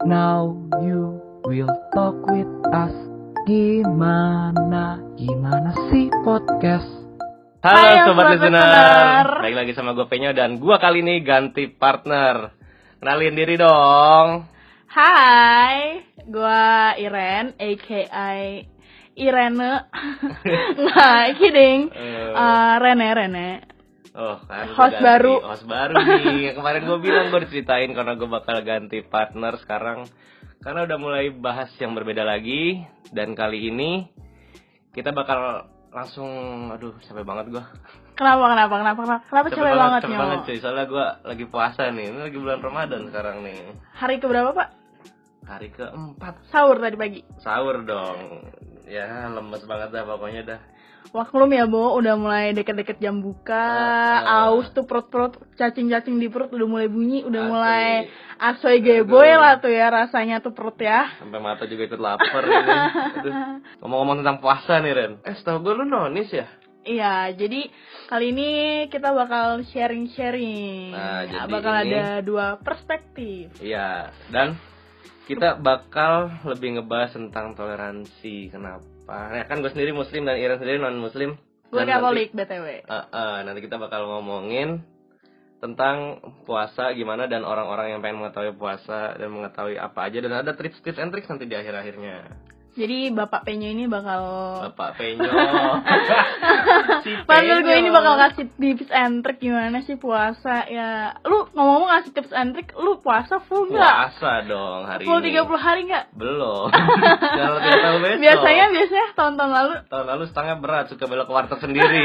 Now you will talk with us. Gimana sih podcast? Halo Sobat Listener. Balik lagi sama gue Penyo dan gue kali ini ganti partner. Kenalin diri dong. Hai, gue Iren, aka Irene. Nggak, kidding. Rene. Oh kan, Host baru nih. Kemarin gue bilang gue diceritain karena gue bakal ganti partner sekarang. Karena udah mulai bahas yang berbeda lagi. Dan kali ini kita bakal langsung, aduh capek banget gue. Kenapa capek banget Capek banget cuy, soalnya gue lagi puasa nih. Ini lagi bulan Ramadan sekarang nih. Hari keberapa Pak? Hari ke-4. Sahur tadi pagi. Sahur dong. Ya lemes banget dah pokoknya dah. Maklum ya Bo, udah mulai deket-deket jam buka. Aus tuh perut-perut, cacing-cacing di perut udah mulai bunyi. Udah mulai asoy geboy lah tuh ya rasanya tuh perut ya. Sampai mata juga ikut lapar ini. Aduh. Ngomong-ngomong tentang puasa nih Ren. Setahu gue lu nonis ya? Iya, jadi kali ini kita bakal sharing-sharing. Nah, jadi bakal ini ada dua perspektif. Iya, dan kita bakal lebih ngebahas tentang toleransi. Kenapa? Ya kan gue sendiri muslim dan Iren sendiri non muslim. Gue Katolik BTW. Nanti kita bakal ngomongin tentang puasa gimana dan orang-orang yang pengen mengetahui puasa dan mengetahui apa aja, dan ada tips and tricks nanti di akhir-akhirnya. Jadi Bapak Penyo ini bakal Bapak Penyo. Si Panggil gue ini bakal kasih tips and trick gimana sih puasa ya. Lu ngomong-ngomong ngasih tips and trick, lu puasa full nggak? Puasa dong hari full ini. Full 30 hari nggak? Belum. Jangan lebih tahu besok. Biasanya tahun-tahun lalu. Tahun lalu setengah berat, suka belok ke warteg sendiri.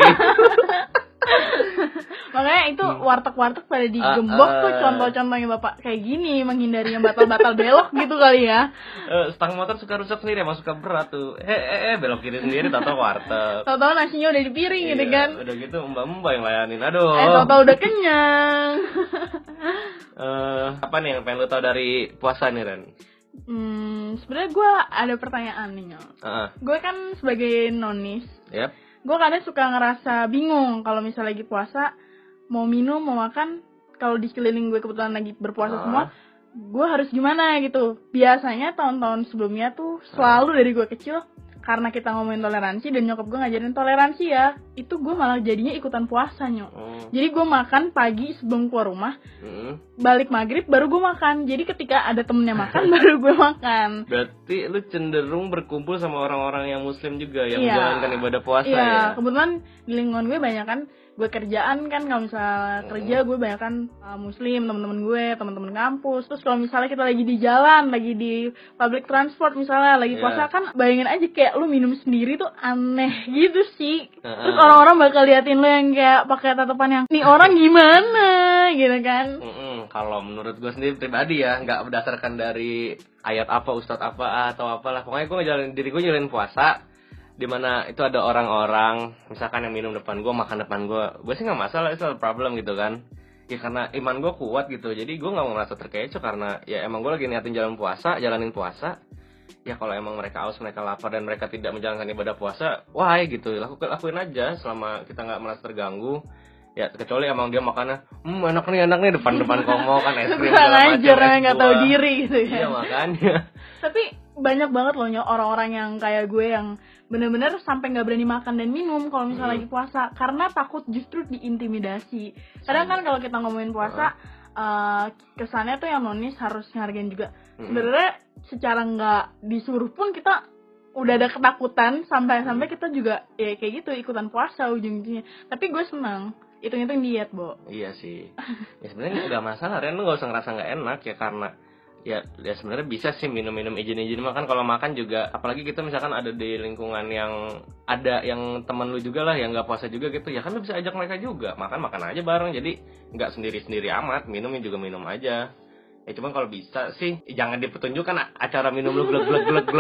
Makanya itu warteg-warteg pada digembok tuh contoh-contohnya Bapak kayak gini, menghindari yang batal-batal belok gitu kali ya. Stang motor suka rusak sendiri, emang suka berat tuh. Belok kiri sendiri, tato warteg. Tahu-tahu nasinya udah di piring gitu kan. Udah gitu mbak-mbak yang layanin, aduh. Tahu-tahu udah kenyang. Apa nih yang pengen lu tahu dari puasa nih Ren? Sebenarnya gue ada pertanyaan nih Nyol. Gue kan sebagai nonis. Yep. Gue kadang suka ngerasa bingung kalau misalnya lagi puasa, mau minum, mau makan. Kalau di sekeliling gue kebetulan lagi berpuasa semua, gue harus gimana gitu. Biasanya tahun-tahun sebelumnya tuh selalu dari gue kecil, karena kita ngomongin toleransi dan nyokap gue ngajarin toleransi ya, itu gue malah jadinya ikutan puasa Nyok. Jadi gue makan pagi sebelum keluar rumah, balik maghrib baru gue makan. Jadi ketika ada temennya makan baru gue makan. Berarti lu cenderung berkumpul sama orang-orang yang muslim juga yang menjalankan ibadah puasa ya? Iya, kebetulan di lingkungan gue banyak kan, gue kerjaan kan, kalau misalnya kerja gue banyak kan muslim, teman-teman gue, teman-teman kampus. Terus kalau misalnya kita lagi di jalan, lagi di public transport misalnya, lagi puasa kan, bayangin aja kayak lu minum sendiri tuh aneh gitu sih. Terus orang-orang bakal liatin lu yang kayak pakai tatapan yang, nih orang gimana gitu kan. Kalau menurut gue sendiri pribadi ya, nggak berdasarkan dari ayat apa, ustadz apa atau apalah. Pokoknya gue ngejalanin diri gue jalanin puasa, dimana itu ada orang-orang misalkan yang minum depan gue, makan depan gue sih nggak masalah, itu problem gitu kan ya, karena iman gue kuat gitu. Jadi gue nggak merasa terkecoh karena ya emang gue lagi niatin jalanin puasa ya. Kalau emang mereka haus, mereka lapar dan mereka tidak menjalankan ibadah puasa, wah gitu, lakuin aja selama kita nggak merasa terganggu ya. Kecuali emang dia makannya enak nih depan komo kan, es krim segala macam, nggak tahu diri gitu ya. Iya makanya. Tapi banyak banget loh orang-orang yang kayak gue yang benar-benar sampai nggak berani makan dan minum kalau misalnya lagi puasa karena takut justru diintimidasi. Kadang kan kalau kita ngomongin puasa, kesannya tuh yang nonis harus ngehargain juga. Sebenarnya secara nggak disuruh pun kita udah ada ketakutan sampai kita juga ya kayak gitu ikutan puasa ujung-ujungnya. Tapi gue senang hitung-hitung diet, Bo. Iya sih. Ya sebenarnya nggak masalah, Ren, lu nggak usah ngerasa nggak enak ya, karena ya sebenarnya bisa sih minum izin makan. Kalau makan juga, apalagi kita misalkan ada di lingkungan yang ada yang teman lu juga lah yang nggak puasa juga gitu ya kan, lu bisa ajak mereka juga makan aja bareng. Jadi nggak sendiri amat, minumnya juga minum aja. Ya cuman kalau bisa sih jangan dipertunjukkan acara minum lu glek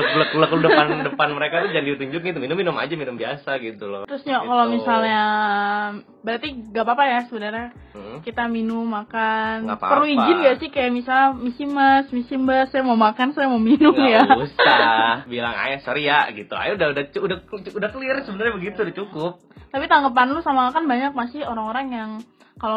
depan mereka tuh, jangan ditunjukin gitu. Minum aja, minum biasa gitu loh. Terus ya gitu. Kalau misalnya berarti gak apa-apa ya sebenarnya kita minum makan. Perlu izin gak sih kayak misalnya misi mbak saya mau makan, saya mau minum ya. Gak usah bilang aja sorry ya gitu. Ayo udah clear sebenarnya begitu, udah cukup. Tapi tanggapan lu sama kan banyak masih orang-orang yang kalau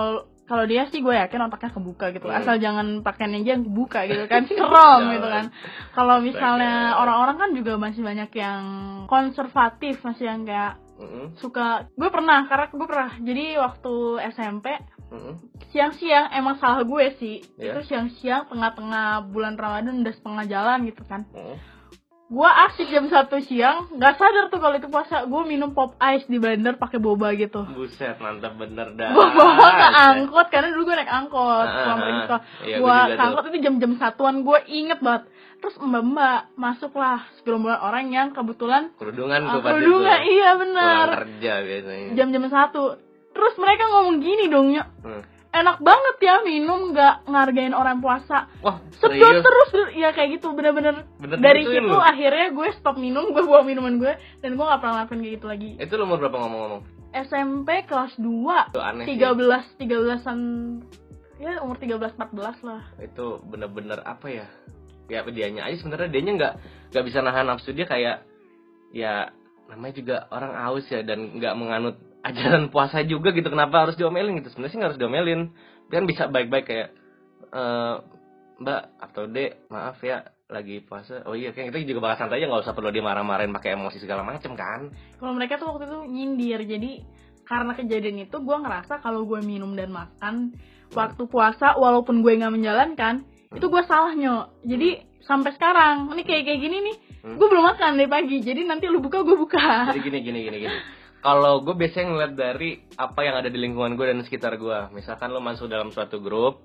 Kalau dia sih gue yakin otaknya kebuka gitu. Asal jangan pakaiannya aja yang kebuka gitu kan. Serem gitu kan. Kalau misalnya orang-orang kan juga masih banyak yang konservatif, masih yang kayak suka. Gue pernah jadi waktu SMP siang-siang, emang salah gue sih. Itu siang-siang tengah-tengah bulan Ramadan udah setengah jalan gitu kan. Gue asik jam 1 siang, nggak sadar tuh kalau itu puasa. Gue minum pop ice di blender pakai boba gitu. Buset, mantap bener dah. Gue bawa ke angkot karena dulu gue naik angkot. Gue ke angkot itu jam-jam satuan, gue inget banget. Terus mbak-mbak masuklah segerombolan orang yang kebetulan kerudungan iya benar. Pulang kerja biasanya. Jam-jam 1. Terus mereka ngomong gini dong, Nyok. Enak banget ya minum nggak ngargain orang puasa. Wah, sedot terus ya kayak gitu, bener-bener dari situ akhirnya gue stop minum, gue bawa minuman gue dan gue nggak pernah ngelakuin kayak gitu lagi. Itu umur berapa ngomong-ngomong? SMP kelas 2. 13-an ya, umur 13-14 lah. Itu bener-bener apa ya? Ya dianya aja sebenarnya dianya nggak bisa nahan nafsu dia, kayak ya namanya juga orang haus ya dan nggak menganut ajaran puasa juga gitu, kenapa harus diomelin gitu? Sebenarnya sih nggak harus diomelin, kan bisa baik-baik kayak Mbak atau Dek, maaf ya lagi puasa. Oh iya, kan kita juga bakal santai aja, nggak usah perlu dimarah-marahin pakai emosi segala macem kan. Kalau mereka tuh waktu itu nyindir, jadi karena kejadian itu gue ngerasa kalau gue minum dan makan waktu puasa walaupun gue nggak menjalankan itu gue salah, Nyok. Jadi sampai sekarang ini kayak gini nih, gue belum makan dari pagi, jadi nanti lu buka gue buka. Jadi gini. Kalau gue biasanya ngeliat dari apa yang ada di lingkungan gue dan sekitar gue. Misalkan lo masuk dalam suatu grup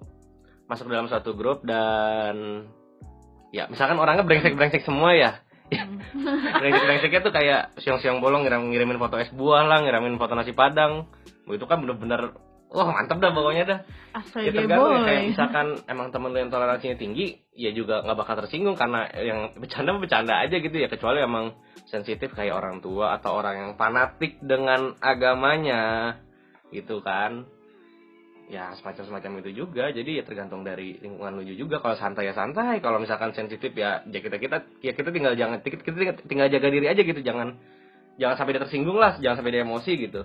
dan ya misalkan orangnya brengsek semua ya. Brengseknya tuh kayak siang-siang bolong ngirimin foto es buah lah, ngirimin foto nasi padang. Itu kan bener-bener mantap dah pokoknya dah. Ya tergantung ya, kayak misalkan emang temen lo yang toleransinya tinggi, ya juga nggak bakal tersinggung karena yang bercanda aja gitu ya, kecuali emang sensitif kayak orang tua atau orang yang fanatik dengan agamanya gitu kan. Ya semacam itu juga. Jadi ya tergantung dari lingkungan lu juga. Kalau santai ya santai, kalau misalkan sensitif ya kita tinggal tinggal jaga diri aja gitu, jangan sampai dia tersinggung lah, jangan sampai dia emosi gitu.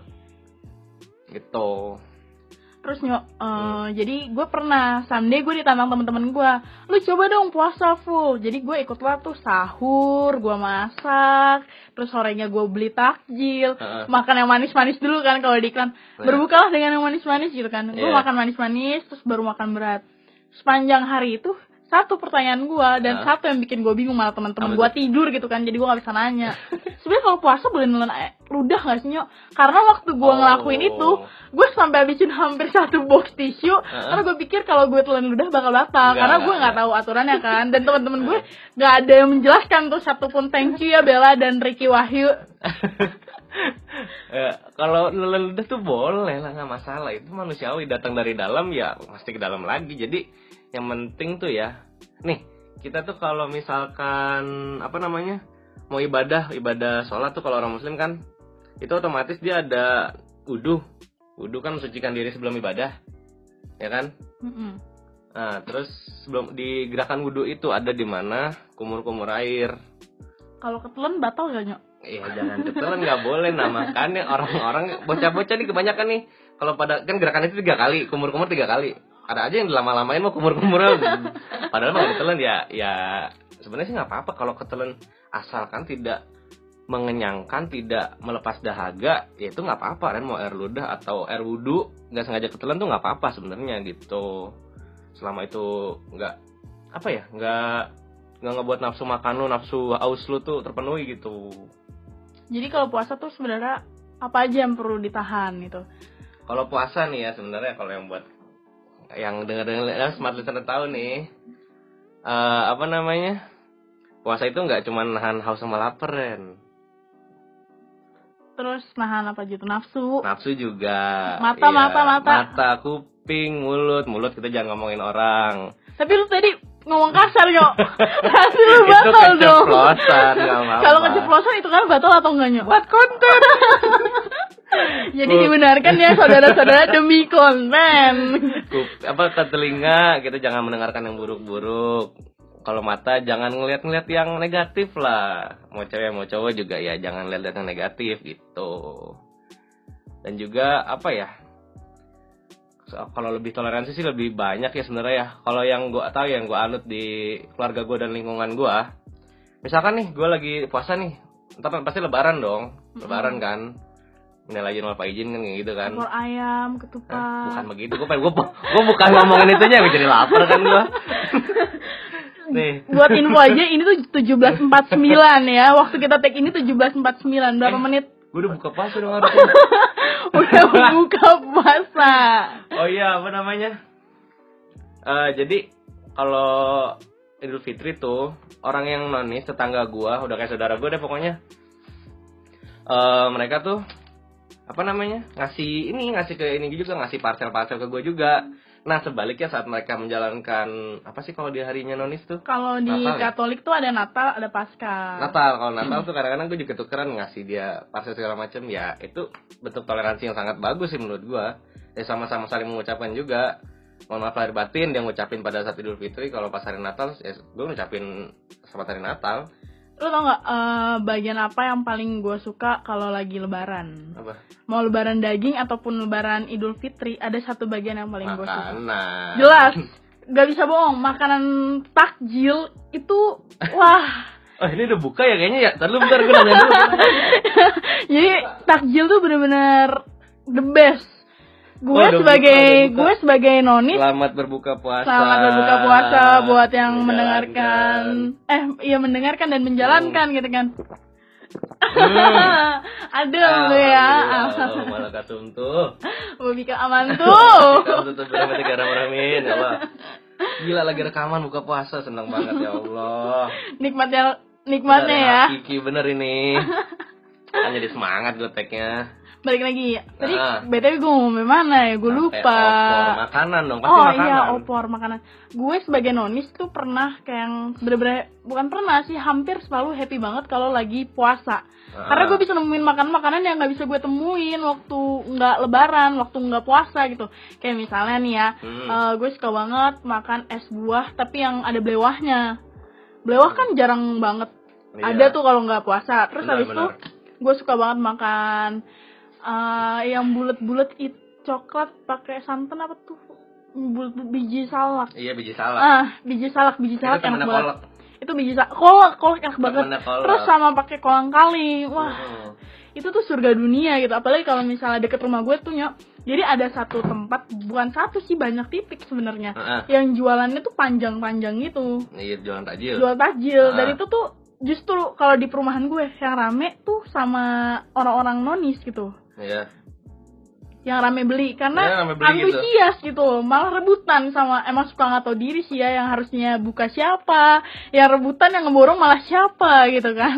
Terus Nyok, jadi gue pernah Sunday gue ditantang temen-temen gue, lu coba dong puasa full. Jadi gue ikutlah tuh sahur, gue masak, terus sorenya gue beli takjil, makan yang manis-manis dulu kan kalau di iklan. Berbukalah dengan yang manis-manis gitu kan. Gue makan manis-manis, terus baru makan berat. Sepanjang hari itu satu pertanyaan gue dan satu yang bikin gue bingung, malah teman-teman gue tidur gitu kan, jadi gue nggak bisa nanya. Sebenarnya kalau puasa boleh nelen ludah nggak sih, Nyok? Karena waktu gue ngelakuin itu, gue sampai habisin hampir 1 box tisu karena gue pikir kalau gue telan ludah bakal batal, karena gue nggak tahu aturannya kan, dan teman-teman gue nggak ada yang menjelaskan tuh satupun. Thank you ya Bella dan Ricky Wahyu. Kalau nelen ludah tuh boleh lah, nggak masalah, itu manusiawi, datang dari dalam ya pasti ke dalam lagi. Jadi yang penting tuh ya, nih kita tuh kalau misalkan mau ibadah sholat tuh, kalau orang muslim kan itu otomatis dia ada wudu kan, mensucikan diri sebelum ibadah ya kan. Nah terus sebelum di gerakan wudu itu ada di mana kumur-kumur air. Kalau ketelan batal gak, Nyok? Iya jangan ketelan, nggak boleh. Nah makanya orang-orang bocah-bocah nih kebanyakan nih, kalau pada kan gerakan itu 3 kali, kumur-kumur 3 kali. Ada aja yang lama-lamain mau kumur-kumur padahal mah ditelan ya sebenarnya sih nggak apa-apa kalau ketelan, asalkan tidak mengenyangkan, tidak melepas dahaga, ya itu nggak apa-apa kan. Mau air ludah atau air wudu nggak sengaja ketelan tuh nggak apa-apa sebenarnya gitu, selama itu nggak ngebuat nafsu makan lu, nafsu haus lu tuh terpenuhi gitu. Jadi kalau puasa tuh sebenarnya apa aja yang perlu ditahan itu? Kalau puasa nih ya sebenarnya, kalau yang buat yang dengar smart listener tahu nih, puasa itu nggak cuma nahan haus sama lapar, Ren. Terus nahan apa gitu? Nafsu juga. Mata, kuping, mulut kita jangan ngomongin orang. Tapi lu tadi ngomong kasar, Nyok. Pasti lu batal dong. Itu keceplosan, nggak apa-apa. Kalau keceplosan itu kan batal atau enggak, Nyok? Buat konten. Jadi dibenarkan ya saudara-saudara demi konten. Ke telinga kita jangan mendengarkan yang buruk-buruk. Kalau mata jangan ngeliat-ngeliat yang negatif lah. Mau cewek mau cowok juga ya jangan lihat yang negatif gitu. Dan juga kalau lebih toleransi sih lebih banyak ya sebenarnya ya. Kalau yang gue tahu, yang gue anut di keluarga gue dan lingkungan gue, misalkan nih gue lagi puasa nih, ntar pasti lebaran dong, lebaran kan, minal aidin wal faizin kan kayak gitu kan. Opor ayam, ketupat. Bukan begitu, gue bukan ngomongin itunya, gue jadi lapar kan gue. Nih. Buat info aja, ini tuh 17.49 ya. Waktu kita take ini 17.49. Berapa menit? Gue udah buka puasa dong harusnya. Udah buka puasa. Oh iya, apa namanya? Jadi kalau Idul Fitri tuh orang yang nonis, tetangga gue, udah kayak saudara gue deh pokoknya. Mereka tuh apa namanya? Ngasih ke ini juga, ngasih parcel-parcel ke gue juga. Nah sebaliknya saat mereka menjalankan apa sih kalau di harinya nonis tuh? Kalau di Natal, Katolik tuh ada Natal, ada Paskah. Kalau Natal tuh kadang-kadang gue juga tukeran ngasih dia parcel segala macam. Ya itu bentuk toleransi yang sangat bagus sih menurut gue. Ya sama-sama saling mengucapkan juga. Mohon maaf lahir batin, dia ngucapin pada saat Idul Fitri. Kalau pas hari Natal, ya gue ngucapin selamat hari Natal. Lo tau gak bagian apa yang paling gue suka kalau lagi lebaran? Apa? Mau lebaran daging ataupun lebaran Idul Fitri, ada satu bagian yang paling gue suka. Makanan. Jelas, gak bisa bohong, makanan takjil itu, wah. Oh ini udah buka ya kayaknya ya? Tadi lu bentar gue nanya dulu. Jadi takjil tuh bener-bener the best. Gue udah sebagai nonis. Selamat berbuka puasa. Selamat berbuka puasa buat yang mendengarkan. Mendengarkan dan menjalankan gitu kan. Aduh lu ya. Malah katum tuh. Wabika aman tuh. Kamu tuh berapa garam-garamin ya Allah. Gila lagi rekaman buka puasa, senang banget ya Allah. Nikmatnya ya. Kiki bener ini. Kan jadi semangat gue tag-nya. Balik lagi. Tadi BTW gue ngomong mana ya? Gue lupa. Opor makanan dong, pasti makanan. Oh iya, opor makanan. Gue sebagai nonis tuh pernah kayak yang bener-bener, bukan pernah sih, hampir selalu happy banget kalau lagi puasa. Karena gue bisa nemuin makanan-makanan yang gak bisa gue temuin waktu nggak lebaran, waktu nggak puasa gitu. Kayak misalnya nih ya, gue suka banget makan es buah tapi yang ada belewahnya. Belewah kan jarang banget ada tuh kalau nggak puasa. Terus habis itu gue suka banget makan yang bulat-bulat itu coklat pakai santan apa tuh? Biji salak. Iya, biji salak. Biji salak enak banget. Itu biji salak. Kolak enak banget. Terus sama pakai kolang kaling. Wah. Itu tuh surga dunia gitu. Apalagi kalau misalnya deket rumah gue tuh, jadi ada satu tempat, bukan satu sih, banyak titik sebenarnya. Yang jualannya tuh panjang-panjang gitu. Iya, jualan takjil. Dan itu tuh justru kalau di perumahan gue yang rame tuh sama orang-orang nonis gitu. Iya. Yang rame beli karena antusias gitu. Malah rebutan sama, emang suka nggak tahu diri sih ya, yang harusnya buka siapa, yang rebutan yang ngeborong malah siapa gitu kan.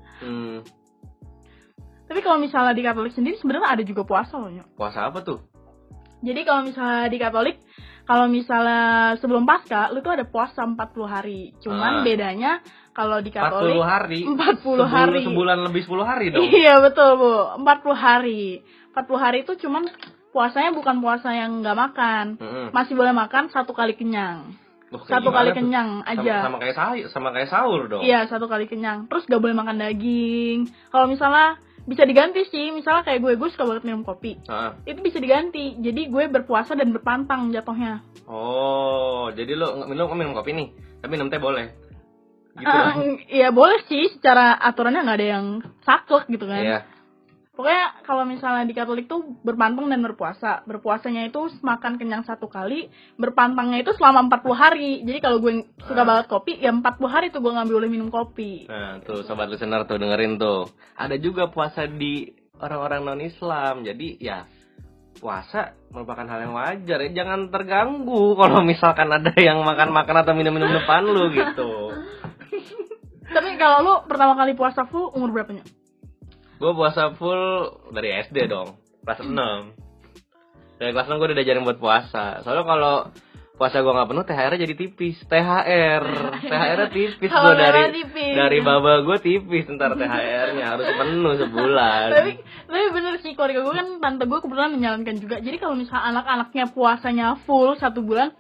Tapi kalau misalnya di Katolik sendiri sebenarnya ada juga puasa loh. Puasa apa tuh? Jadi kalau misalnya di Katolik, kalau misalnya sebelum Paskah, lu tuh ada puasa 40 hari. Cuman bedanya kalau di Katolik 40 hari. Sebulan lebih 10 hari dong. Iya betul Bu, 40 hari. 40 hari itu cuman puasanya bukan puasa yang nggak makan. Masih boleh makan 1 kali kenyang. Satu kali kenyang aja. Sama kayak sahur dong. Iya, 1 kali kenyang. Terus gak boleh makan daging. Kalau misalnya bisa diganti sih, misalnya kayak gue suka banget minum kopi. Itu bisa diganti. Jadi gue berpuasa dan berpantang jatuhnya. Oh, jadi lo minum kopi nih, tapi minum teh boleh. Gitu. Iya boleh sih, secara aturannya nggak ada yang saklek gitu kan. Iya. Pokoknya kalau misalnya di Katolik tuh berpantang dan berpuasa. Berpuasanya itu makan kenyang 1 kali, berpantangnya itu selama 40 hari. Jadi kalau gue suka banget kopi, ya 40 hari tuh gue nggak boleh minum kopi. Nah tuh sobat listener tuh dengerin tuh. Ada juga puasa di orang-orang non-Islam. Jadi ya puasa merupakan hal yang wajar ya. Jangan terganggu kalau misalkan ada yang makan-makan atau minum-minum depan lu gitu. Tapi kalau lu pertama kali puasa full umur berapanya? Gue puasa full dari SD dong, kelas 6. Dari kelas 6 gue udah diajarin buat puasa. Soalnya kalau puasa gue gak penuh, THR-nya jadi tipis. THR-nya tipis. Gue dari baba gue tipis, ntar THR-nya harus penuh sebulan. Tapi bener sih, keluarga gue kan, tante gue kebetulan menjalankan juga. Jadi kalau misalnya anak-anaknya puasanya full 1 bulan,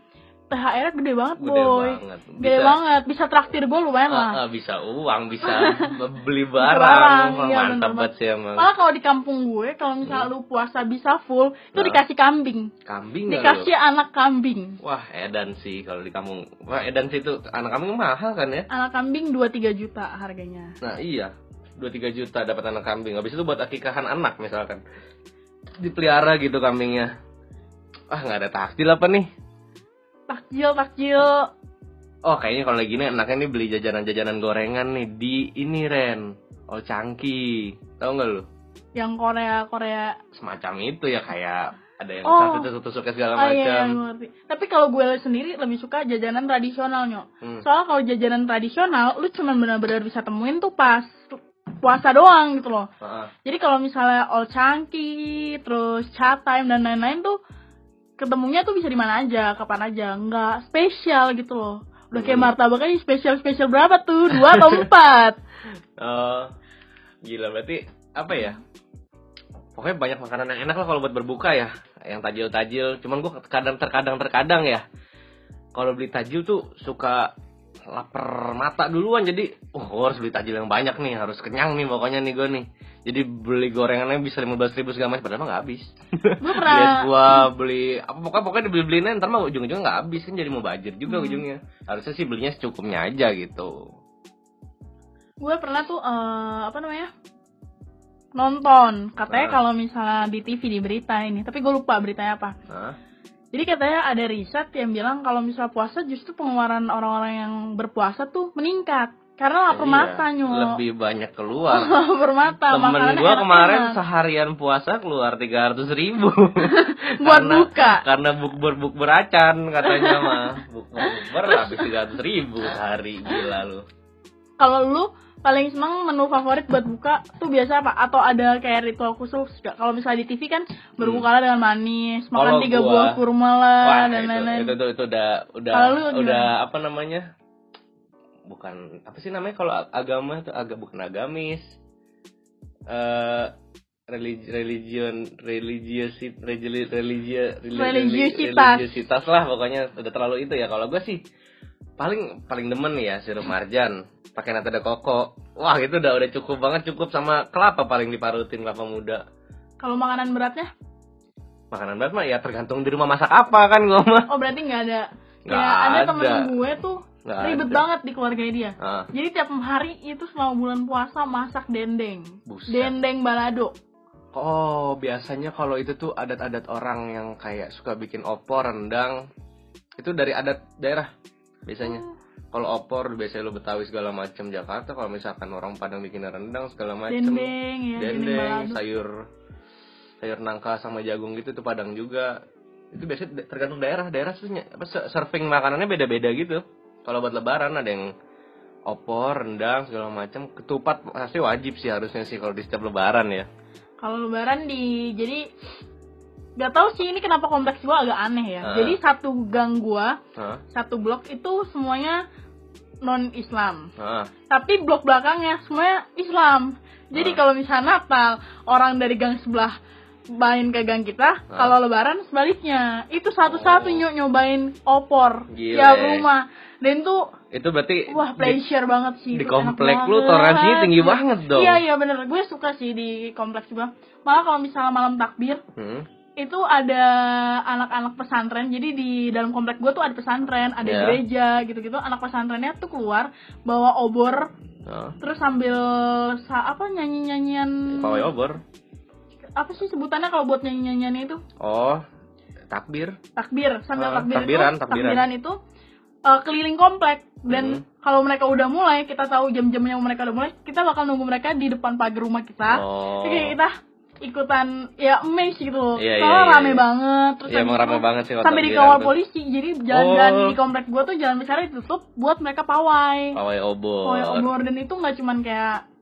THR-nya gede banget, Gede boy. banget. Gede banget, bisa traktir gue lumayan lah. Bisa uang, bisa beli Barang, barang. iya, Mantap bener banget sih emang. Malah kalau di kampung gue, kalau misalnya lu puasa bisa full, itu dikasih kambing. Kambing nggak Dikasih lu? anak kambing. Wah, edan sih kalau di kampung. Wah, edan sih itu anak kambing mahal kan ya? Anak kambing 2-3 juta harganya. Nah iya, 2-3 juta dapat anak kambing. Habis itu buat akikahan anak misalkan, dipelihara gitu kambingnya. Nggak ada takjil apa nih? Takjil. Oh kayaknya kalau lagi ini enaknya nih beli jajanan-jajanan gorengan nih di ini Ren, Old Chunky. Tahu nggak lu? Yang Korea. Semacam itu ya, kayak ada yang Oh. tusuk-tusuk segala Oh iya, macam. gue ngerti. Tapi kalau gue sendiri lebih suka jajanan tradisional, Nyok. Soalnya kalau jajanan tradisional, lu cuma benar-benar bisa temuin tuh pas puasa doang gitu loh. Jadi kalau misalnya Old Chunky, terus Chat Time dan lain-lain tuh ketemunya tuh bisa di mana aja, kapan aja, nggak spesial gitu loh. Udah kayak martabaknya spesial berapa tuh? 2 atau 4? Oh, gila berarti apa ya? Pokoknya banyak makanan yang enak lah kalau buat berbuka ya, yang tajil-tajil. Cuman gue terkadang ya, kalau beli tajil tuh suka lapar mata duluan. Jadi, gue harus beli tajil yang banyak nih, harus kenyang nih pokoknya nih gue nih. Jadi beli gorengannya bisa 15.000 segala macam, padahal mah nggak habis. Gue pernah beli apa pokoknya dibeli-beliin ntar mah ujung-ujungnya nggak habis kan, jadi mau budget juga ujungnya. Harusnya sih belinya secukupnya aja gitu. Gue pernah tuh nonton katanya kalau misalnya di TV di berita ini, tapi gue lupa beritanya apa. Jadi katanya ada riset yang bilang kalau misalnya puasa justru pengeluaran orang-orang yang berpuasa tuh meningkat karena lapar mata, Nyok. Lebih banyak keluar. Lapar mata. Temen gue kemarin seharian puasa keluar 300.000 buat buka. Karena bukber acan katanya mah. Bukber habis 300.000 sehari, gila lu. Kalau lu paling seneng menu favorit buat buka tuh biasa apa? Atau ada kayak ritual khusus gak? Kalau misalnya di TV kan berbuka dengan manis, makan 3 buah kurma lah, dan lain-lain. Itu udah apa namanya? Bukan apa sih namanya kalau agama tuh bukan agamis. Religiositas lah pokoknya, udah terlalu itu ya. Kalau gue sih paling demen nih ya sirup marjan pakai nata de koko. Wah, itu udah cukup banget, cukup sama kelapa paling diparutin, kelapa muda. Kalau makanan beratnya? Makanan berat mah ya tergantung di rumah masak apa kan gue mah. Oh, berarti nggak ada. Ada temen gue tuh ribet banget di keluarga dia. Jadi tiap hari itu selama bulan puasa masak dendeng. Buset. Dendeng balado. Oh, biasanya kalau itu tuh adat-adat orang yang kayak suka bikin opor, rendang. Itu dari adat daerah biasanya. Kalau opor biasanya lo Betawi segala macam Jakarta. Kalau misalkan orang Padang bikin rendang segala macam. Dendeng, sayur nangka sama jagung gitu tuh Padang juga. Itu biasanya tergantung daerah tuh serving makanannya beda-beda gitu. Kalau buat lebaran ada yang opor, rendang segala macam, ketupat pasti wajib sih harusnya sih kalau di setiap lebaran ya. Kalau lebaran jadi gak tahu sih ini kenapa kompleks gua agak aneh ya. Jadi satu gang gua, satu blok itu semuanya non Islam. Tapi blok belakangnya semuanya Islam. Jadi kalau misalnya Natal, orang dari gang sebelah main ke gang kita, kalau lebaran sebaliknya. Itu satu-satunya nyobain opor tiap rumah. Dan itu berarti wah pleasure banget sih. Di komplek lu toleransinya tinggi banget dong. Iya bener, gue suka sih di kompleks juga. Malah kalau misalnya malam takbir, itu ada anak-anak pesantren. Jadi di dalam komplek gue tuh ada pesantren, ada gereja gitu-gitu. Anak pesantrennya tuh keluar bawa obor, terus sambil nyanyi-nyanyian. Pawai obor. Apa sih sebutannya kalau buat nyanyi-nyanyian itu? Oh, takbir sambil takbiran itu keliling komplek. Dan kalau mereka udah mulai, kita tahu jam-jamnya mereka udah mulai, kita bakal nunggu mereka di depan pagar rumah kita. Jadi kita ikutan ya amazed gitu. Soalnya rame banget. Terus emang rame banget sih sampai dikawal polisi. Jadi jalan-jalan di komplek gua tuh jalan besar ditutup buat mereka pawai obor. Dan itu nggak cuman kayak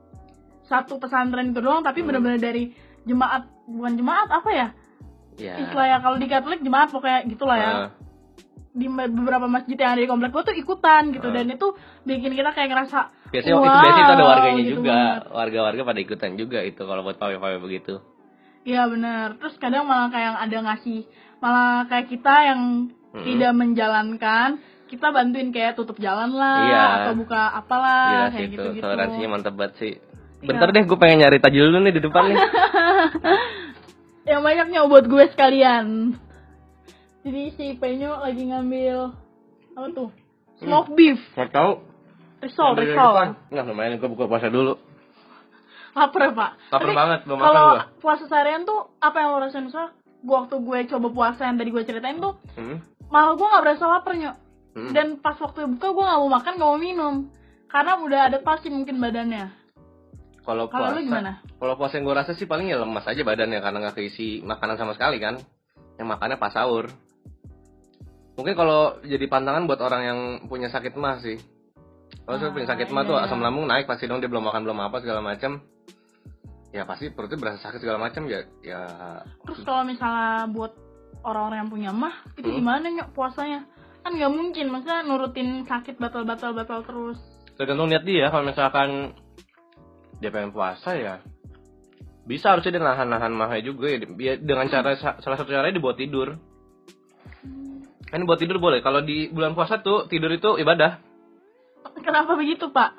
satu pesantren itu doang, tapi benar-benar dari jemaat, bukan jemaat apa ya? Istilahnya kalau di Katolik jemaat pokoknya gitulah ya. Di beberapa masjid yang ada di komplek gue tuh ikutan gitu. Dan itu bikin kita kayak ngerasa biasanya itu ada warganya gitu juga banget. Warga-warga pada ikutan juga itu kalau buat pawai-pawai begitu. Iya benar. Terus kadang malah kayak ada ngasih, malah kayak kita yang tidak menjalankan, kita bantuin kayak tutup jalan lah, Iya. atau buka apalah, Gila sih kayak itu, gitu-gitu. toleransinya mantep banget sih. Bentar deh, gue pengen nyari tajil dulu nih di depan nih. Yang banyaknya buat gue sekalian. Jadi si Penyo lagi ngambil apa tuh? Smoke beef. Nggak tahu. Risol. Nggak, lumayan gue buka puasa dulu. Lapar, Pak. Lapar Tapi banget, belum makan kalau gua. puasa seharian tuh apa yang lo rasain? Soalnya waktu gue coba puasa yang tadi gue ceritain tuh, Hmm? malah gue nggak berasa lapar, Nyok. Hmm. Dan pas waktu buka gue nggak mau makan, nggak mau minum, karena udah adaptasi mungkin badannya. Kalau Kalau puasa, lu gimana? Kalau puasa yang gue rasa sih paling ya lemas aja badannya karena nggak keisi makanan sama sekali kan. Yang makannya pas sahur. Mungkin kalau jadi pantangan buat orang yang punya sakit mah sih. Kalau saya punya sakit mah tuh iya. asam lambung naik pasti dong, dia belum makan belum apa segala macam. Ya pasti perutnya berasa sakit segala macam ya. Terus kalau misalnya buat orang-orang yang punya mah, itu gimana, Nyok, puasanya? Kan nggak mungkin, maksudnya nurutin sakit batal terus. Tergantung niat dia. Kalau misalkan dia pengen puasa ya bisa, harusnya dia nahan mahnya juga ya. Dengan cara salah satu caranya dibuat tidur. Kan buat tidur boleh. Kalau di bulan puasa tuh tidur itu ibadah. Kenapa begitu, Pak?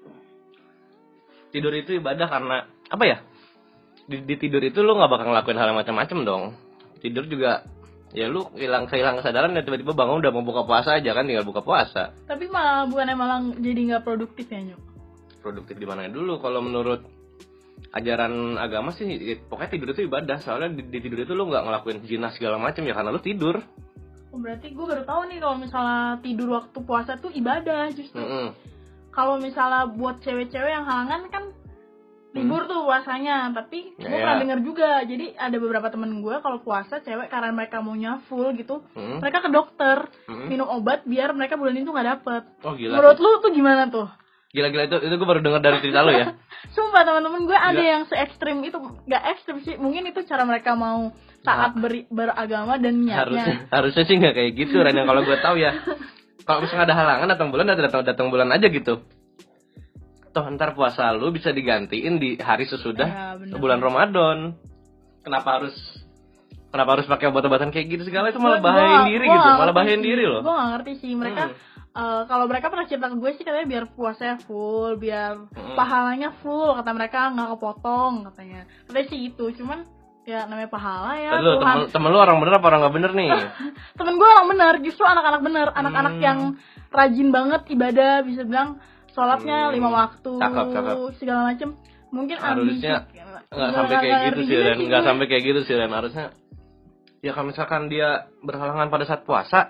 Tidur itu ibadah karena apa ya? Di tidur itu lu nggak bakal ngelakuin hal yang macam-macam dong. Tidur juga ya lu kehilangan kesadaran dan tiba-tiba bangun udah mau buka puasa aja kan, tinggal buka puasa. Tapi malah jadi nggak produktif ya, Nyok? Produktif di mana dulu? Kalau menurut ajaran agama sih pokoknya tidur itu ibadah. Soalnya di tidur itu lu nggak ngelakuin zina segala macam ya karena lu tidur. Oh, berarti gue baru tahu nih kalau misalnya tidur waktu puasa tuh ibadah justru. Kalau misalnya buat cewek-cewek yang halangan kan libur tuh puasanya, tapi gue pernah dengar juga. Jadi ada beberapa temen gue kalau puasa cewek karena mereka maunya full gitu, mereka ke dokter minum obat biar mereka bulan itu nggak dapet. Oh gila. Menurut lu tuh gimana tuh? Gila itu gue baru dengar dari cerita lu ya. Sumpah teman-teman gue ada yang se-ekstrim itu, nggak ekstrim sih, mungkin itu cara mereka mau taat beragama dan niatnya. Harusnya sih nggak kayak gitu, Ren. Kalau gue tahu ya, kalau misalnya ada halangan datang bulan aja gitu. Toh ntar puasa lu bisa digantiin di hari sesudah bulan Ramadan. Kenapa harus pakai obat-obatan kayak gitu segala, itu malah bahayain diri gitu, malah bahayain diri loh. Gue nggak ngerti sih mereka. Kalau mereka pernah cerita ke gue sih katanya biar puasanya full, biar pahalanya full, kata mereka nggak kepotong katanya sih itu. Cuman ya namanya pahala ya. Lu temen lu orang bener apa orang nggak bener nih? Temen gue orang bener, justru anak-anak bener, anak-anak yang rajin banget ibadah, bisa bilang sholatnya 5 waktu, segala macem. Mungkin harusnya nggak sampai kayak gitu sih, Ren. Nggak sampai kayak gitu sih, Ren. Harusnya ya kalau misalkan dia berhalangan pada saat puasa,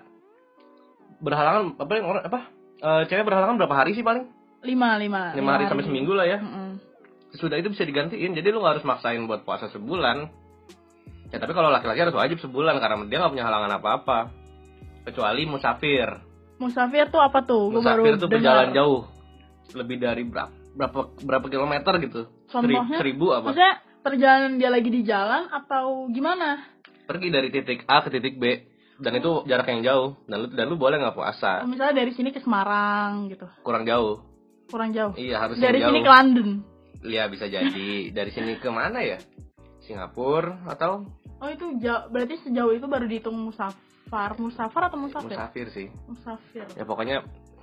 cewek berhalangan berapa hari sih paling? 5 hari sampai seminggu lah ya. Sudah itu bisa digantiin, jadi lu nggak harus maksain buat puasa sebulan. Ya tapi kalau laki-laki harus wajib sebulan karena dia nggak punya halangan apa-apa, kecuali musafir. Musafir tuh apa tuh? Musafir tuh perjalanan jauh, lebih dari berapa kilometer gitu. Contohnya? 1000 apa? Maksudnya perjalanan dia lagi di jalan atau gimana? Pergi dari titik A ke titik B, dan itu jarak yang jauh, dan lu boleh nggak puasa. Misalnya dari sini ke Semarang gitu. Kurang jauh. Iya, harus dari jauh. Sini ke London. Iya bisa jadi. Dari sini ke mana ya? Singapura atau? Oh itu berarti sejauh itu baru dihitung musafir atau musafir? Musafir sih. Musafir. Ya pokoknya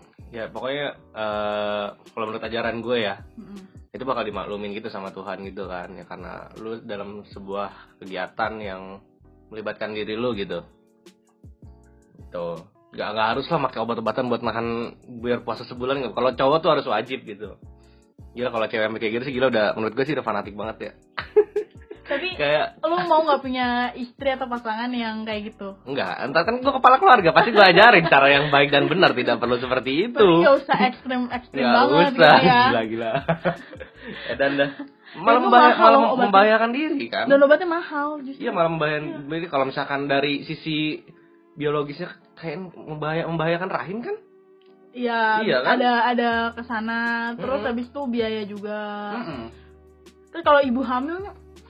kalau menurut ajaran gue ya, itu bakal dimaklumin gitu sama Tuhan gitu kan ya, karena lu dalam sebuah kegiatan yang melibatkan diri lu gitu. Tuh, nggak harus lah pakai obat-obatan buat nahan biar puasa sebulan nggak. Kalau cowok tuh harus wajib gitu. Gila kalau cewek yang kayak gitu sih gila, menurut gue sih udah fanatik banget ya. Tapi kayak lu mau nggak punya istri atau pasangan yang kayak gitu? Enggak, entar kan gue kepala keluarga, pasti gue ajarin cara yang baik dan benar, tidak perlu seperti itu. Tapi nggak usah ekstrim banget gitu ya. Gila. Dan malah membahayakan diri kan. Dan obatnya mahal justru. Iya, malah membahayakan diri kalau misalkan dari sisi biologisnya kayak membahayakan rahim kan. Iya kan? ada kesana, terus habis itu biaya juga. Terus kalau ibu hamil,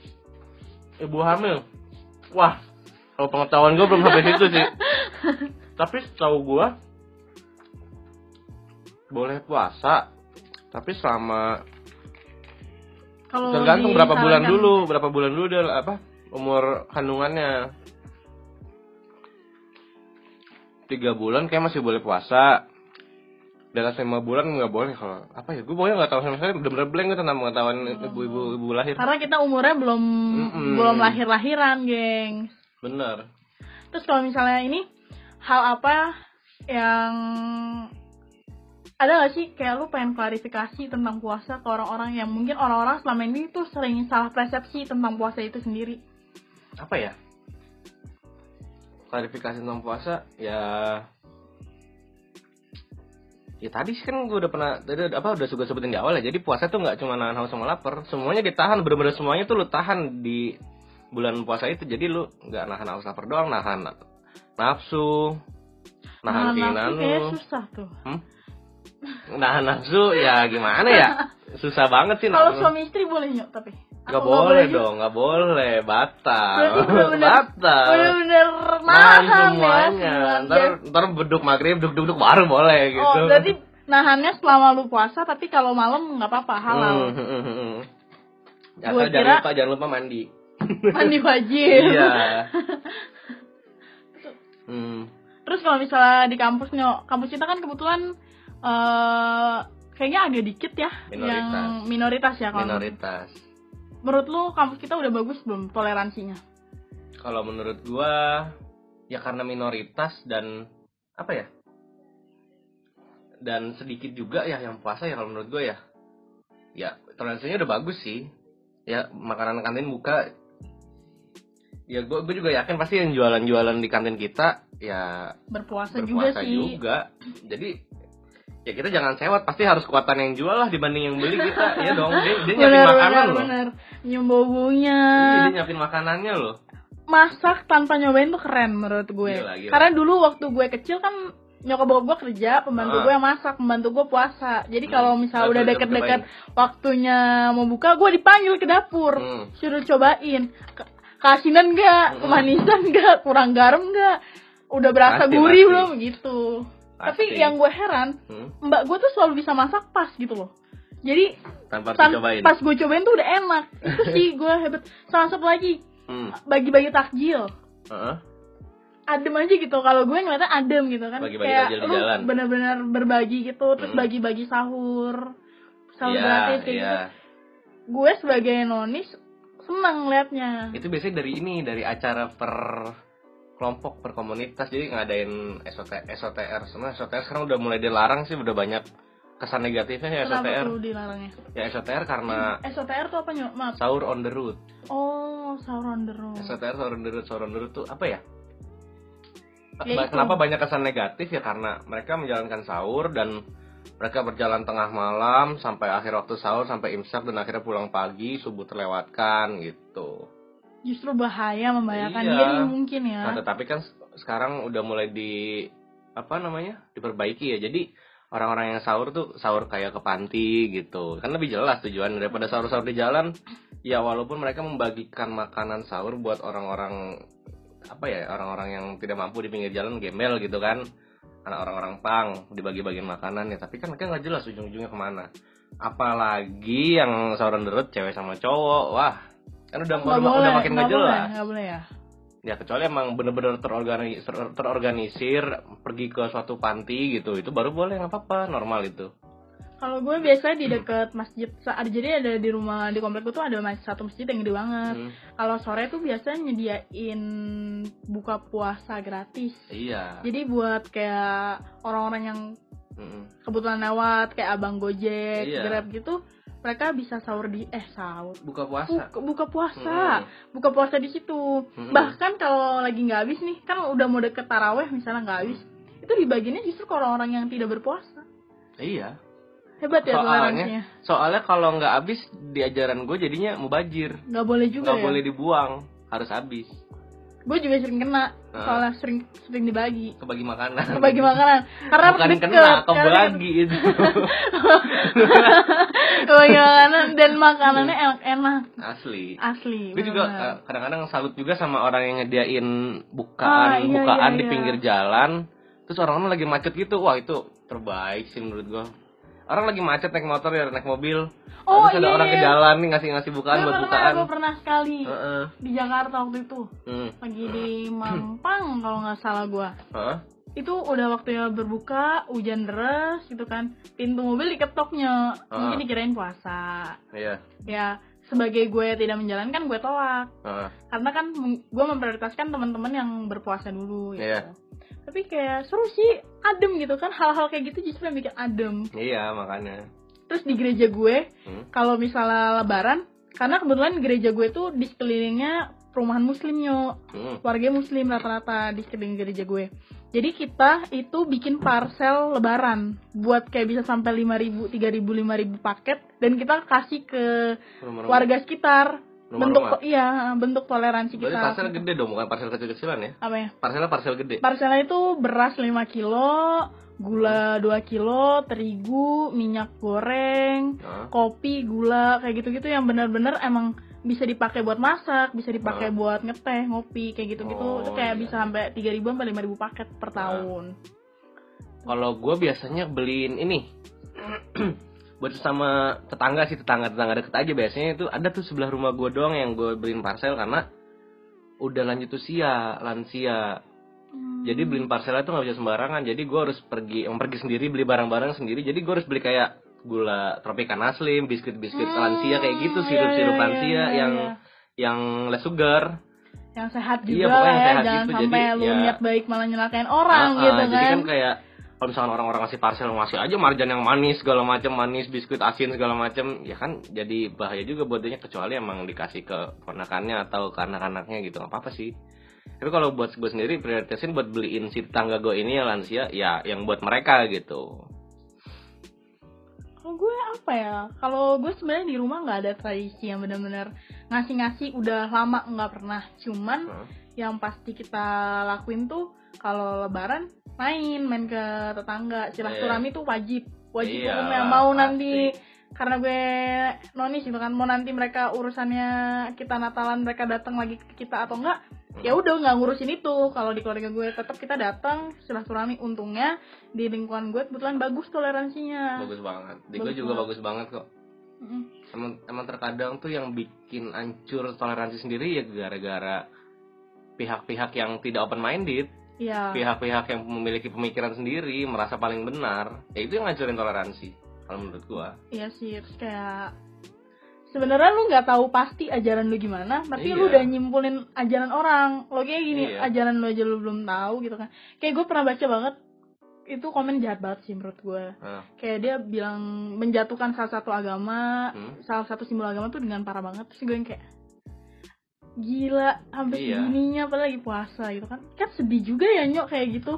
wah, kalau pengetahuan gue belum sampai situ sih. Tapi setahu gue boleh puasa, tapi selama tergantung berapa bulan dulu dia umur kandungannya. 3 bulan kayak masih boleh puasa. Di atas 5 bulan nggak boleh. Kalau apa ya, gue pokoknya nggak tahu sama sekali, bener-bener blank gue tentang pengetahuan ibu lahir. Karena kita umurnya belum lahir-lahiran, geng. Bener. Terus kalau misalnya ini, hal apa yang ada gak sih kayak lu pengen klarifikasi tentang puasa ke orang-orang yang mungkin orang-orang selama ini tuh sering salah persepsi tentang puasa itu sendiri? Apa ya? Klarifikasi tentang puasa ya tadi sih kan gue udah suka sebutin di awal ya. Jadi puasa tuh nggak cuma nahan haus sama lapar, semuanya ditahan, bener-bener semuanya tuh lu tahan di bulan puasa itu. Jadi lu nggak nahan haus lapar doang, nahan nafsu, nahan keinginan lu. Kayaknya susah tuh. Nahan nafsu ya gimana ya? Susah banget sih. Kalau suami istri boleh nyok tapi. Gak boleh dong, gak boleh, batal. Bener-bener nahan nahan semuanya. ya. Ntar beduk maghrib, duk baru boleh gitu. Oh, berarti nahannya selama lu puasa, tapi kalau malam nggak apa-apa, halal. Asal jangan lupa mandi. Mandi wajib. Iya. Terus kalau misalnya di kampus kita kan kebetulan kayaknya agak dikit ya, yang minoritas ya kalau. Minoritas. Menurut lu kampus kita udah bagus belum toleransinya? Kalau menurut gua ya karena minoritas dan apa ya? Dan sedikit juga ya yang puasa ya kalau menurut gua ya. Ya toleransinya udah bagus sih. Ya makanan kantin buka. Ya gua juga yakin pasti yang jualan-jualan di kantin kita ya berpuasa juga sih. Jadi ya kita jangan sewot, pasti harus kuatan yang jual lah dibanding yang beli kita. Iya dong, dia nyiapin makanan loh. Bener. Nyium baunya. Iya, dia nyiapin makanannya loh. Masak tanpa nyobain tuh keren menurut gue. Gila. Karena dulu waktu gue kecil kan nyokap bokap gue kerja, pembantu gue yang masak, pembantu gue puasa. Jadi kalau misalnya udah deket-deket waktunya mau buka, gue dipanggil ke dapur, suruh cobain. Keasinan enggak, kemanisan enggak, kurang garam enggak, udah berasa gurih belum gitu. Tapi yang gue heran, mbak gue tuh selalu bisa masak pas gitu loh. Jadi pas gue cobain tuh udah enak. Itu sih gue hebat. Sama satu lagi, bagi-bagi takjil. Adem aja gitu. Kalau gue ngeliatnya adem gitu kan. Bagi-bagi kayak takjil di lu jalan. bener-bener berbagi gitu. Terus bagi-bagi sahur gratis kayak gitu. Gue sebagai nonis senang ngeliatnya. Itu biasanya dari acara per kelompok, per komunitas. Jadi ngadain SOTR. Sebenarnya SOTR sekarang udah mulai dilarang sih, udah banyak kesan negatifnya ya. Kenapa SOTR tuh dilarangnya? Ya SOTR karena SOTR tuh apa nyok? Maaf. sahur on the road. Oh, sahur on the road. SOTR sahur on the road tuh apa ya? Itu. Kenapa banyak kesan negatif ya? Karena mereka menjalankan sahur dan mereka berjalan tengah malam sampai akhir waktu sahur, sampai imsak, dan akhirnya pulang pagi, subuh terlewatkan gitu. Justru bahaya, membahayakan diri mungkin ya. Nah, tetapi kan sekarang udah mulai diperbaiki ya. Jadi orang-orang yang sahur tuh sahur kayak ke panti gitu. Kan lebih jelas tujuan daripada sahur-sahur di jalan. Ya walaupun mereka membagikan makanan sahur buat orang-orang orang-orang yang tidak mampu di pinggir jalan, gembel gitu kan. Anak orang-orang pang dibagi-bagiin makanan ya, tapi kan mereka nggak jelas ujung-ujungnya kemana. Apalagi yang sahur on the road cewek sama cowok, wah kan udah makin nggak jelas. Nggak boleh ya. Ya kecuali emang bener-bener terorganisir pergi ke suatu panti gitu, itu baru boleh, nggak apa-apa, normal itu. Kalau gue biasanya di dekat masjid, jadi ada di rumah di komplek gue tuh ada satu masjid yang gede banget. Kalau sore tuh biasanya nyediain buka puasa gratis. Iya. Jadi buat kayak orang-orang yang kebetulan lewat kayak abang Gojek, Grab gitu, mereka bisa sahur buka puasa di situ. Bahkan kalau lagi nggak habis nih, kan udah mau deket taraweh misalnya nggak habis, itu dibaginya justru ke orang-orang yang tidak berpuasa. Iya. Hebat ya toleransinya. Soalnya kalau nggak habis di ajaran gue jadinya mubazir. Nggak boleh juga. Nggak boleh dibuang, harus habis. Gue juga sering kena, soalnya sering dibagi. Kebagi makanan. Karena bukan deket, kena, kebagi itu. Kebagi makanan dan makanannya enak-enak. Asli. Gue juga kadang-kadang salut juga sama orang yang nyediain bukaan di pinggir jalan. Terus orang-orang lagi macet gitu, wah itu terbaik sih menurut gue. Orang lagi macet naik motor ya, naik mobil. Terus ada orang ke jalan nih ngasih bukaan buat bukaan. Gue pernah sekali di Jakarta waktu itu. Lagi di Mampang kalau nggak salah gue. itu udah waktunya berbuka, hujan deras gitu kan, pintu mobil diketoknya, mungkin dikirain puasa. Iya. Ya sebagai gue tidak menjalankan, gue tolak. Karena kan gue memprioritaskan teman-teman yang berpuasa dulu gitu. Iya. Tapi kayak seru sih, adem gitu kan, hal-hal kayak gitu justru yang bikin adem. Iya, makanya. Terus di gereja gue, kalau misalnya lebaran, karena kebetulan gereja gue tuh di sekelilingnya perumahan muslim warga muslim rata-rata di sekeliling gereja gue. Jadi kita itu bikin parcel lebaran buat kayak bisa sampai 5.000, 3.000, 5.000 paket, dan kita kasih ke warga sekitar. Bentuk toleransi kita. Berarti parcel gede dong, bukan parcel kecil-kecilan ya? Apa ya? Parcelnya parcel gede. Parcelnya itu beras 5 kilo, gula 2 kilo, terigu, minyak goreng, kopi, gula, kayak gitu-gitu yang benar-benar emang bisa dipakai buat masak, bisa dipakai buat ngeteh, ngopi, kayak gitu-gitu. Itu kayak bisa sampai 3.000 sampai 5.000 paket per tahun. Kalau gue biasanya beliin ini buat sama tetangga deket aja. Biasanya itu ada tuh sebelah rumah gue doang yang gue beliin parcel karena udah lanjut usia, lansia. Jadi beliin parcelnya tuh nggak bisa sembarangan. Jadi gue harus pergi sendiri, beli barang-barang sendiri. Jadi gue harus beli kayak gula Tropicana Slim, biskuit lansia kayak gitu, sirup lansia yang less sugar, yang sehat juga lah ya, jangan gitu. Sampai jadi, lu niat baik malah nyelakain orang gitu kan. Jadi kan kayak kalau misalkan orang-orang ngasih parcel, ngasih aja marjan yang manis segala macam, manis, biskuit asin segala macam, ya kan jadi bahaya juga buat dia, kecuali emang dikasih ke ponakannya atau ke anak-anaknya gitu, nggak apa-apa sih. Tapi kalau buat gue sendiri prioritasin buat beliin si tetangga gue ini yang lansia, ya yang buat mereka gitu. Kalau gue apa ya? Kalau gue sebenarnya di rumah nggak ada tradisi yang benar-benar ngasih udah lama nggak pernah. Cuman yang pasti kita lakuin tuh kalau lebaran main ke tetangga. Silaturahmi tuh wajib hukumnya. Mau nanti karena gue nonis gitu kan, mau nanti mereka urusannya kita Natalan mereka datang lagi ke kita atau enggak, ya udah nggak ngurusin itu. Kalau di keluarga gue tetap kita datang silaturahmi. Untungnya di lingkungan gue kebetulan bagus toleransinya. Bagus banget. Di gue juga bagus banget kok. Emang terkadang tuh yang bikin hancur toleransi sendiri ya gara-gara pihak-pihak yang tidak open minded. Iya. Pihak-pihak yang memiliki pemikiran sendiri, merasa paling benar. Ya itu yang ngancurin toleransi kalau menurut gue. Iya sih, terus kayak sebenarnya lu nggak tahu pasti ajaran lu gimana, tapi lu udah nyimpulin ajaran orang. Lo kayak gini, ajaran lu aja lu belum tahu gitu kan. Kayak gue pernah baca banget, itu komen jahat banget sih menurut gue. Kayak dia bilang menjatuhkan salah satu agama, salah satu simbol agama tuh dengan parah banget. Terus gue yang kayak gila, sampai segininya padahal lagi puasa gitu kan. Kan sedih juga ya Nyok kayak gitu.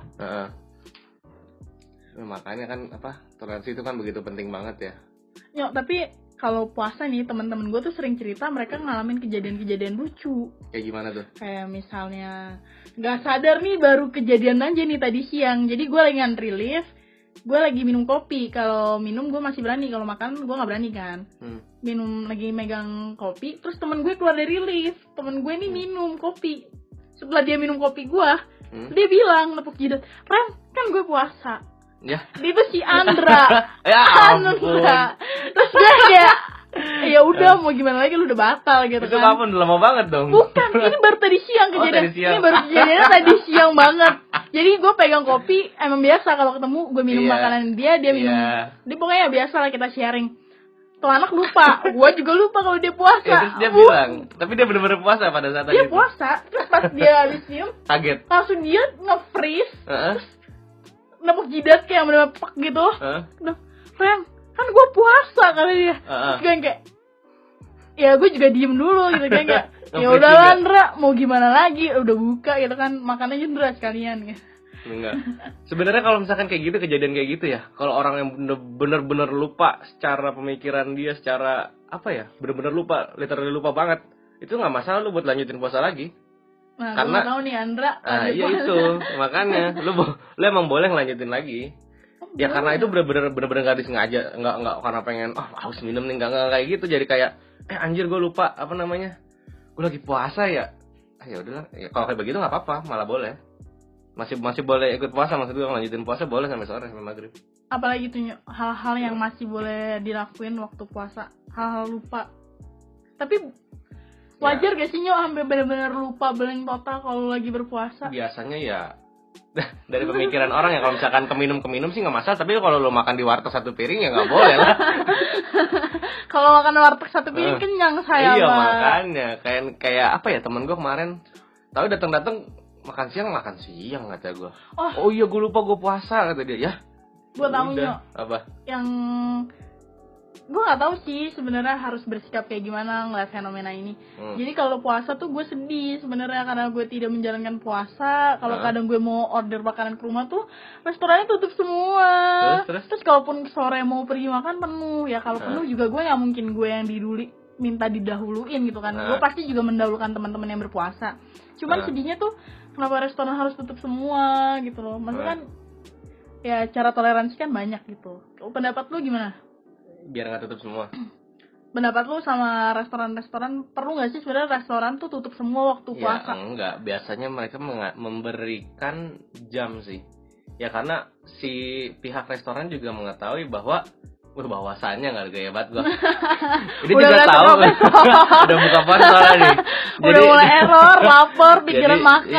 Makanya kan toleransi itu kan begitu penting banget ya. Nyok, tapi kalau puasa nih teman-teman gue tuh sering cerita mereka ngalamin kejadian-kejadian lucu. Kayak gimana tuh? Kayak misalnya nggak sadar nih baru kejadian aja nih tadi siang. Jadi gue lagi ngantri lift, gue lagi minum kopi. Kalau minum gue masih berani, kalau makan gue nggak berani kan. Minum lagi megang kopi, terus temen gue keluar dari lift. Temen gue nih minum kopi. Setelah dia minum kopi gue, dia bilang nepuk jidat, "Ram, kan gue puasa." Ya. Dia tuh si Andra. Ya ampun. Terus gue kayak ya udah mau gimana lagi, lu udah batal gitu itu kan. Itu kapan? Udah lama banget dong. Bukan, ini baru tadi siang kejadian. Ini baru kejadiannya tadi siang banget. Jadi gue pegang kopi, emang biasa kalau ketemu gue minum makanan dia minum. Dia pokoknya biasa lah kita sharing. Tuh anak lupa, gue juga lupa kalau dia puasa. Terus dia bilang, tapi dia benar-benar puasa pada saat dia itu. Dia puasa, terus pas dia habis minum kaget. Langsung dia nge-freeze. Terus nepuk jidat kayak bener-bener pak gitu. Ren, kan gue puasa kali dia. Terus gue kayak ya gue juga diem dulu gitu kan, kayak ya udah Landra mau gimana lagi, udah buka gitu kan, makannya Jendra sekalian gitu. Enggak. Sebenarnya kalau misalkan kayak gitu, kejadian kayak gitu ya, kalau orang yang bener-bener lupa secara pemikiran dia, secara bener-bener lupa, literally lupa banget, itu nggak masalah lu buat lanjutin puasa lagi. Nah, karena tahu nih Andra. Iya itu, makanya lu emang boleh ngelanjutin lagi. Ya karena itu bener-bener nggak disengaja, nggak karena pengen haus minum nih, nggak kayak gitu. Jadi kayak anjir gue lupa gue lagi puasa ya. Ya udahlah, ya, kalau kayak begitu nggak apa-apa, malah boleh. Masih boleh ikut puasa, maksud gue lanjutin puasa boleh sampai sore, sampai maghrib. Apalagi tuh hal-hal yang masih boleh dilakuin waktu puasa, hal-hal lupa. Tapi wajar gak sih Nyok sampai benar-benar lupa blank total kalau lagi berpuasa? Biasanya ya dari pemikiran orang ya, kalau misalkan keminum sih nggak masalah, tapi kalau lo makan di warteg satu piring ya nggak boleh lah. Kalau makan warteg satu piring kenyang saya. Iya Pak. makanya kayak apa ya, temen gue kemarin tahu datang makan siang kata gue. Oh iya gue lupa gue puasa kata dia. Ya gue tahunya apa yang gue nggak tahu sih sebenarnya harus bersikap kayak gimana ngeliat fenomena ini. Jadi kalau puasa tuh gue sedih sebenarnya karena gue tidak menjalankan puasa. Kalau kadang gue mau order makanan ke rumah tuh restorannya tutup semua. Terus kalaupun sore mau pergi makan penuh. Ya kalau penuh juga gue nggak mungkin gue yang minta didahuluin gitu kan. Gue pasti juga mendahulukan teman-teman yang berpuasa. Cuman sedihnya tuh kenapa restoran harus tutup semua gitu loh. Maksudnya kan ya cara toleransi kan banyak gitu. Pendapat lu gimana? Biar nggak tutup semua. Pendapat lu sama restoran-restoran perlu nggak sih sebenarnya restoran tuh tutup semua waktu puasa? Ya enggak, biasanya mereka memberikan jam sih. Ya karena si pihak restoran juga mengetahui bahwa bahwasannya nggak gaya banget gua. Ini juga tahu. Udah buka puasa nih. Udah mulai error, lapar, pikiran makan.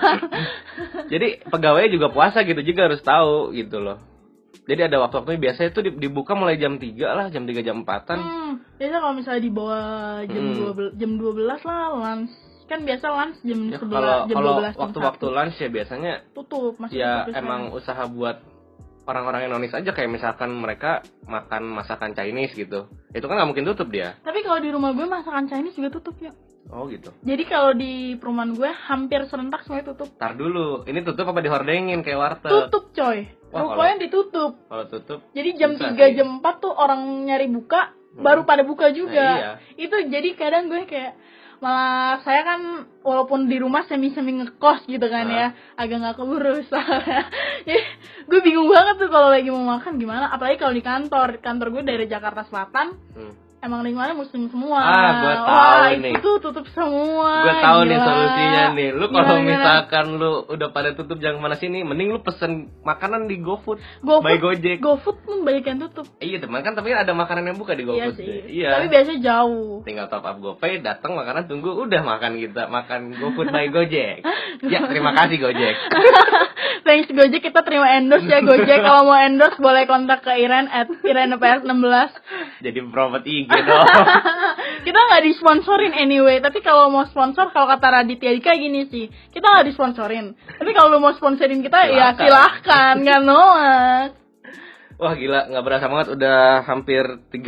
Jadi pegawainya juga puasa gitu juga harus tahu gitu loh. Jadi ada waktu-waktunya biasanya itu dibuka mulai jam 3 lah, jam 3 jam 4-an. Biasa kalau misalnya di bawah jam 12 lah lunch. Kan biasa lunch jam 11 jam 12 jam waktu-waktu lunch ya biasanya tutup masih ya tutup emang usaha buat orang-orang Indonesia aja, kayak misalkan mereka makan masakan Chinese gitu. Itu kan nggak mungkin tutup dia. Tapi kalau di rumah gue masakan Chinese juga tutup ya. Oh gitu. Jadi kalau di perumahan gue hampir serentak semuanya tutup. Tar dulu, ini tutup apa dihordengin kayak warteg? Tutup coy. Rupanya ditutup. Kalau tutup. Jadi jam 3 jam 4 tuh orang nyari buka, baru pada buka juga. Iya. Itu jadi kadang gue kayak malah saya kan walaupun di rumah semi ngekos gitu kan ya, agak nggak keburu soalnya. Jadi gue bingung banget tuh kalau lagi mau makan gimana, apalagi kalau di kantor gue dari Jakarta Selatan. Emang lingkungannya muslim semua. Gue tahu nih. Itu tutup semua. Gue tahu nih solusinya nih. Lu kalau misalkan lu udah pada tutup jangan kemana sini, mending lu pesen makanan di GoFood. By Gojek. GoFood pun banyak yang tutup. Iya teman kan, tapi ada makanan yang buka di GoFood. Iya. Tapi biasanya jauh. Tinggal top up GoPay, datang makanan tunggu, udah makan kita, makan GoFood by Gojek. Ya terima kasih Gojek. Thanks Gojek, kita terima endorse ya Gojek. Kalau mau endorse boleh kontak ke Iren @irenps16. Jadi promote IG dong. Kita nggak disponsorin anyway, tapi kalau mau sponsor, kalau kata Raditya Dika gini sih, kita nggak disponsorin. Tapi kalau lu mau sponsorin kita, ya silahkan, nggak nolak. Wah gila, nggak berasa banget udah hampir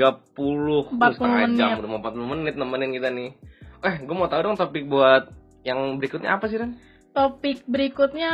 40 setengah jam, udah mau 40 menit nemenin kita nih. Gue mau tahu dong topik buat yang berikutnya apa sih Ren? Topik berikutnya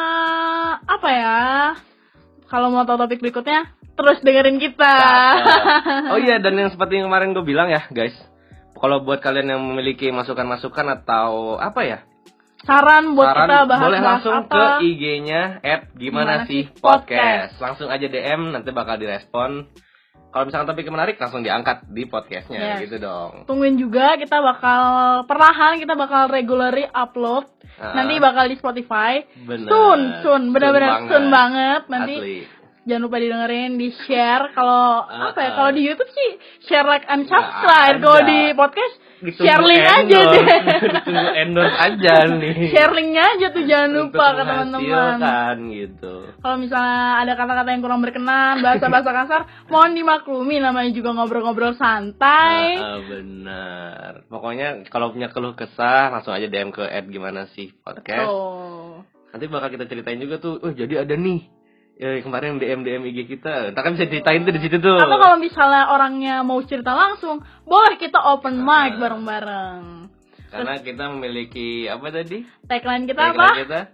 apa ya? Kalau mau tahu topik berikutnya, terus dengerin kita. Oh iya, dan yang seperti yang kemarin gue bilang ya guys, kalau buat kalian yang memiliki masukan-masukan atau apa ya, saran kita bahas boleh langsung ke IG-nya @gimana sih podcast. Langsung aja DM, nanti bakal direspon. Kalau misalkan topiknya menarik, langsung diangkat di podcastnya, gitu dong. Tungguin juga, kita bakal perlahan, kita bakal regularly upload. Nanti bakal di Spotify. Bener. Soon, benar-benar soon banget. Nanti asli. Jangan lupa didengerin, di share. Kalau kalau di YouTube sih share, like, and subscribe. Kalau di podcast share link aja deh. Tunggu endorse aja nih. Share linknya aja tuh, jangan lupa ke teman-teman. Kan gitu. Kalau misalnya ada kata-kata yang kurang berkenan, bahasa-bahasa kasar, mohon dimaklumi, namanya juga ngobrol-ngobrol santai. Benar. Pokoknya kalau punya keluh kesah langsung aja DM ke @gimana sih podcast. Nanti bakal kita ceritain juga tuh. Jadi ada nih. Ya kemarin DM IG kita, kita kan bisa ceritain tuh di situ tuh. Atau kalau misalnya orangnya mau cerita langsung, boleh kita open mic bareng-bareng. Karena kita memiliki apa tadi? Tagline kita apa?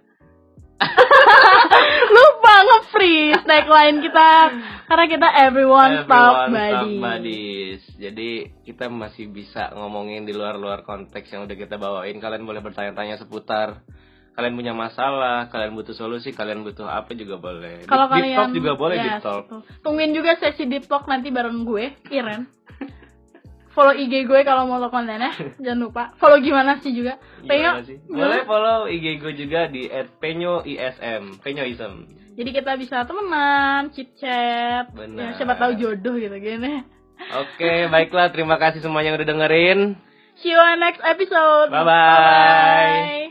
Lupa nge-freeze tagline kita. Karena kita everyone talk buddies. Jadi kita masih bisa ngomongin di luar konteks yang udah kita bawain. Kalian boleh bertanya-tanya seputar. Kalian punya masalah, kalian butuh solusi, kalian butuh apa juga boleh. Kalau deep kalian talk juga boleh, deep talk. Tungguin juga sesi deep talk nanti bareng gue, Iren. Follow IG gue kalau mau lo kontennya, jangan lupa. Follow gimana sih juga? Boleh follow IG gue juga di @penyoism, penyoism. Jadi kita bisa temenan, chit chat. Benar. Ya, siapa tahu jodoh gitu gini. Oke, baiklah, terima kasih semuanya yang udah dengerin. See you on next episode. Bye bye.